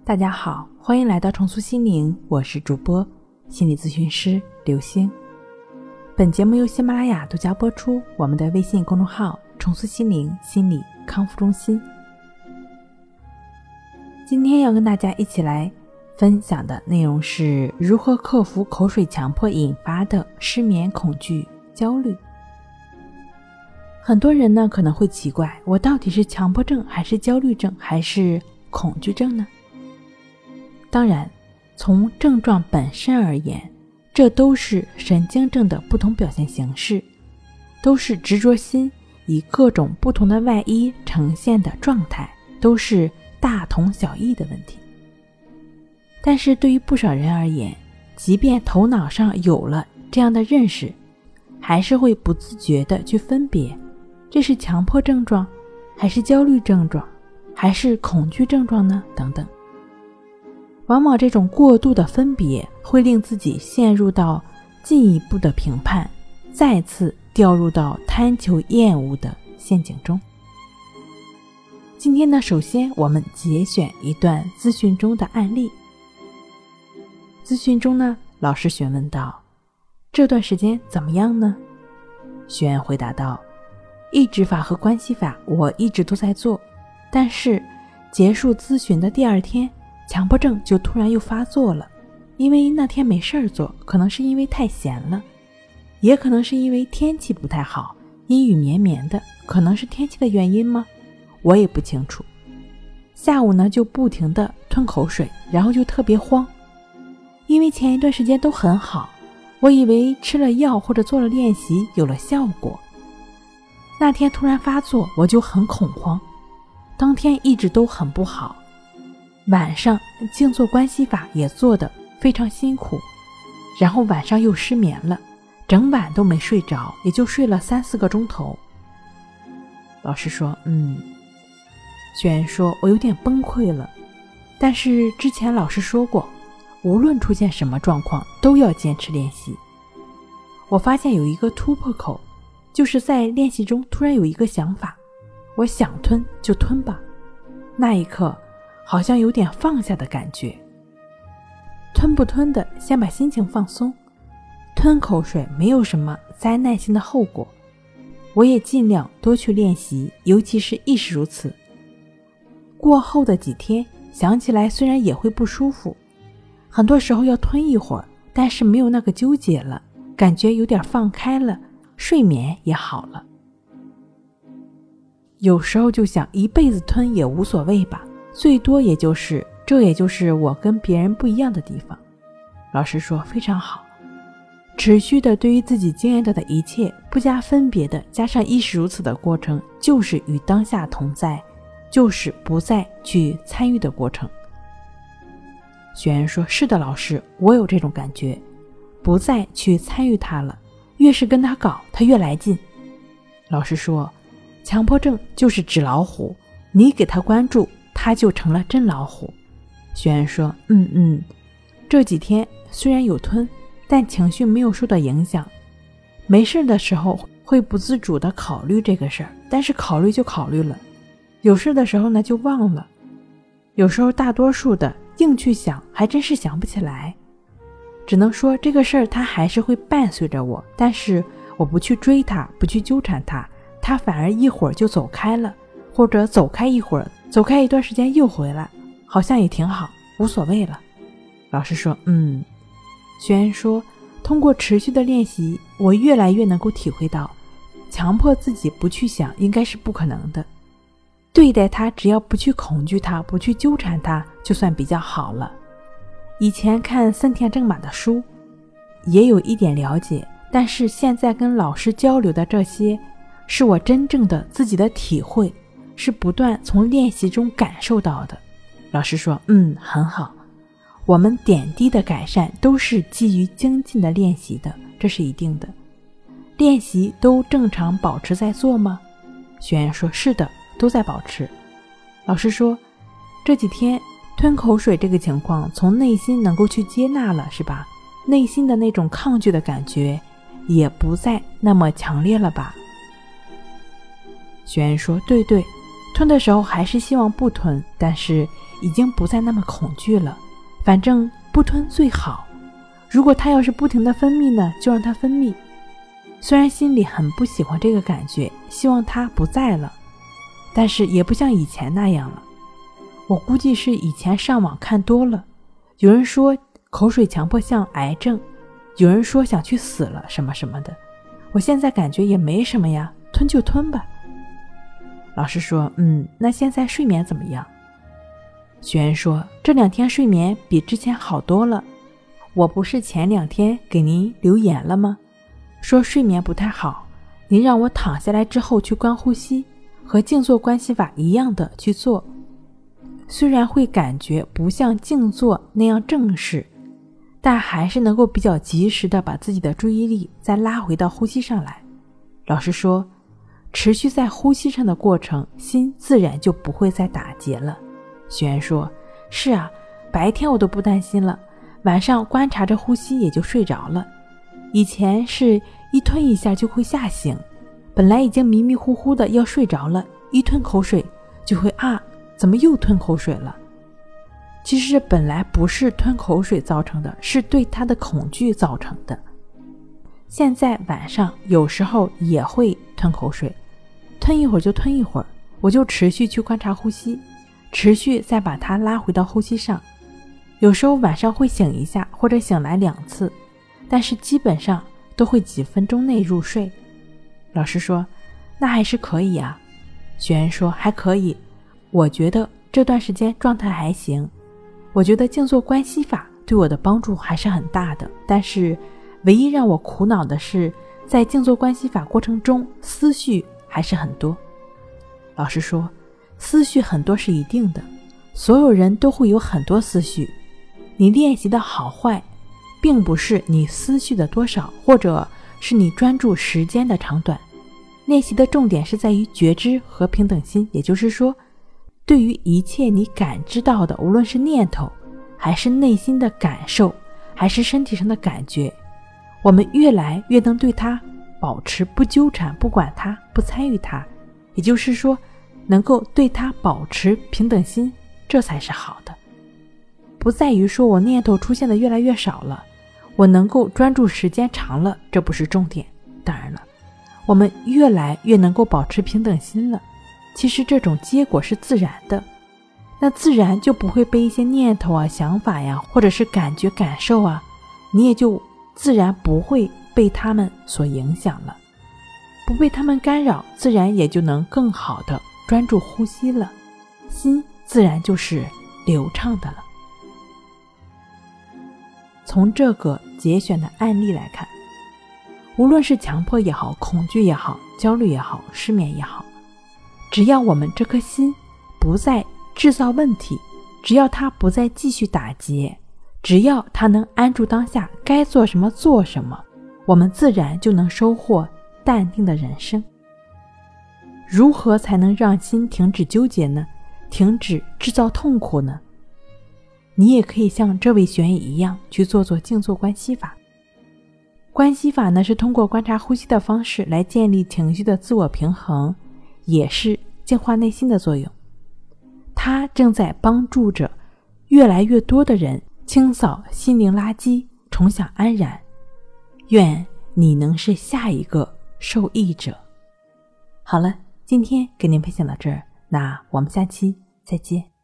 大家好，欢迎来到重塑心灵，我是主播心理咨询师刘星。本节目由喜马拉雅独家播出，我们的微信公众号重塑心灵心理康复中心。今天要跟大家一起来分享的内容是如何克服口水强迫引发的失眠、恐惧、焦虑。很多人呢可能会奇怪，我到底是强迫症还是焦虑症还是恐惧症呢？当然，从症状本身而言，这都是神经症的不同表现形式，都是执着心以各种不同的外衣呈现的状态，都是大同小异的问题。但是对于不少人而言，即便头脑上有了这样的认识，还是会不自觉地去分别，这是强迫症状，还是焦虑症状，还是恐惧症状呢？等等。往往这种过度的分别会令自己陷入到进一步的评判，再次掉入到贪求厌恶的陷阱中。今天呢，首先我们节选一段咨询中的案例。咨询中呢，老师询问道：这段时间怎么样呢？学员回答道：抑制法和关系法我一直都在做，但是结束咨询的第二天，强迫症就突然又发作了。因为那天没事做，可能是因为太闲了，也可能是因为天气不太好，阴雨绵绵的，可能是天气的原因吗？我也不清楚。下午呢就不停地吞口水，然后就特别慌。因为前一段时间都很好，我以为吃了药或者做了练习有了效果，那天突然发作，我就很恐慌，当天一直都很不好。晚上静坐关系法也做得非常辛苦，然后晚上又失眠了，整晚都没睡着，也就睡了3-4个钟头。老师说学员说我有点崩溃了，但是之前老师说过，无论出现什么状况都要坚持练习。我发现有一个突破口，就是在练习中突然有一个想法，我想吞就吞吧，那一刻好像有点放下的感觉。吞不吞的先把心情放松，吞口水没有什么灾难性的后果，我也尽量多去练习，尤其是亦是如此。过后的几天想起来虽然也会不舒服，很多时候要吞一会儿，但是没有那个纠结了，感觉有点放开了，睡眠也好了。有时候就想一辈子吞也无所谓吧，最多这也就是我跟别人不一样的地方。老师说非常好，持续的对于自己经验到的一切不加分别的，加上亦是如此的过程，就是与当下同在，就是不再去参与的过程。学员说是的老师，我有这种感觉，不再去参与它了，越是跟他搞他越来劲。老师说强迫症就是纸老虎，你给他关注他就成了真老虎。学员说这几天虽然有吞，但情绪没有受到影响，没事的时候会不自主地考虑这个事儿，但是考虑就考虑了，有事的时候呢就忘了，有时候大多数的硬去想还真是想不起来。只能说这个事儿它还是会伴随着我，但是我不去追它，不去纠缠它，它反而一会儿就走开了，或者走开一会儿，走开一段时间又回来，好像也挺好，无所谓了。老师说学员说通过持续的练习，我越来越能够体会到强迫自己不去想应该是不可能的，对待它只要不去恐惧它，不去纠缠它，就算比较好了。以前看森田正马的书也有一点了解，但是现在跟老师交流的这些是我真正的自己的体会，是不断从练习中感受到的。老师说很好，我们点滴的改善都是基于精进的练习的，这是一定的。练习都正常保持在做吗？学员说是的，都在保持。老师说这几天吞口水这个情况从内心能够去接纳了，是吧？内心的那种抗拒的感觉也不再那么强烈了吧？学员说对， 吞的时候还是希望不吞，但是已经不再那么恐惧了，反正不吞最好。如果它要是不停地分泌呢，就让它分泌。虽然心里很不喜欢这个感觉，希望它不在了，但是也不像以前那样了。我估计是以前上网看多了，有人说口水强迫像癌症，有人说想去死了什么什么的。我现在感觉也没什么呀，吞就吞吧。老师说，那现在睡眠怎么样？学员说，这2天睡眠比之前好多了。我不是前2天给您留言了吗？说睡眠不太好，您让我躺下来之后去观呼吸，和静坐观息法一样的去做。虽然会感觉不像静坐那样正式，但还是能够比较及时的把自己的注意力再拉回到呼吸上来。老师说，持续在呼吸上的过程，心自然就不会再打结了。学员说，是啊，白天我都不担心了，晚上观察着呼吸也就睡着了。以前是一吞一下就会吓醒，本来已经迷迷糊糊的要睡着了，一吞口水就会怎么又吞口水了？其实本来不是吞口水造成的，是对他的恐惧造成的。现在晚上有时候也会吞口水，吞一会儿就吞一会儿，我就持续去观察呼吸，持续再把它拉回到呼吸上。有时候晚上会醒一下，或者醒来2次，但是基本上都会几分钟内入睡。老师说，那还是可以啊。学员说，还可以，我觉得这段时间状态还行。我觉得静坐观息法对我的帮助还是很大的，但是唯一让我苦恼的是，在静坐观息法过程中，思绪还是很多。老师说，思绪很多是一定的，所有人都会有很多思绪。你练习的好坏，并不是你思绪的多少，或者是你专注时间的长短。练习的重点是在于觉知和平等心，也就是说，对于一切你感知到的，无论是念头，还是内心的感受，还是身体上的感觉，我们越来越能对它保持不纠缠，不管它，不参与它，也就是说，能够对它保持平等心，这才是好的。不在于说我念头出现的越来越少了，我能够专注时间长了，这不是重点。当然了，我们越来越能够保持平等心了，其实这种结果是自然的，那自然就不会被一些念头啊、想法呀，或者是感觉感受啊，你也就自然不会被他们所影响了，不被他们干扰，自然也就能更好的专注呼吸了，心自然就是流畅的了。从这个节选的案例来看，无论是强迫也好，恐惧也好，焦虑也好，失眠也好，只要我们这颗心不再制造问题，只要它不再继续打结，只要它能安住当下，该做什么做什么，我们自然就能收获淡定的人生。如何才能让心停止纠结呢？停止制造痛苦呢？你也可以像这位学员一样去做静坐观息法。观息法呢，是通过观察呼吸的方式来建立情绪的自我平衡，也是净化内心的作用。它正在帮助着越来越多的人清扫心灵垃圾，重享安然。愿你能是下一个受益者。好了，今天给您分享到这儿，那我们下期再见。